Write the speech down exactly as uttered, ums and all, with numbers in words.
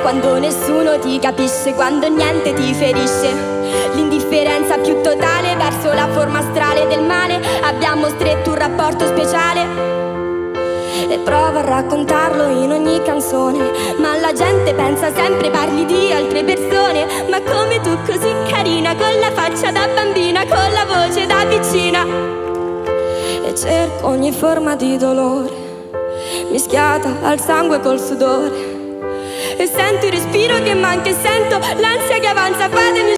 quando nessuno ti capisce, quando niente ti ferisce. L'indifferenza più totale verso la forma astrale del male. Abbiamo stretto un rapporto speciale e provo a raccontarlo in ogni canzone, ma la gente pensa sempre parli di altre persone. Ma come tu così carina, con la faccia da bambina, con la voce da piccina. E cerco ogni forma di dolore mischiata al sangue col sudore, e sento il respiro che manca e sento l'ansia che avanza. Fatemi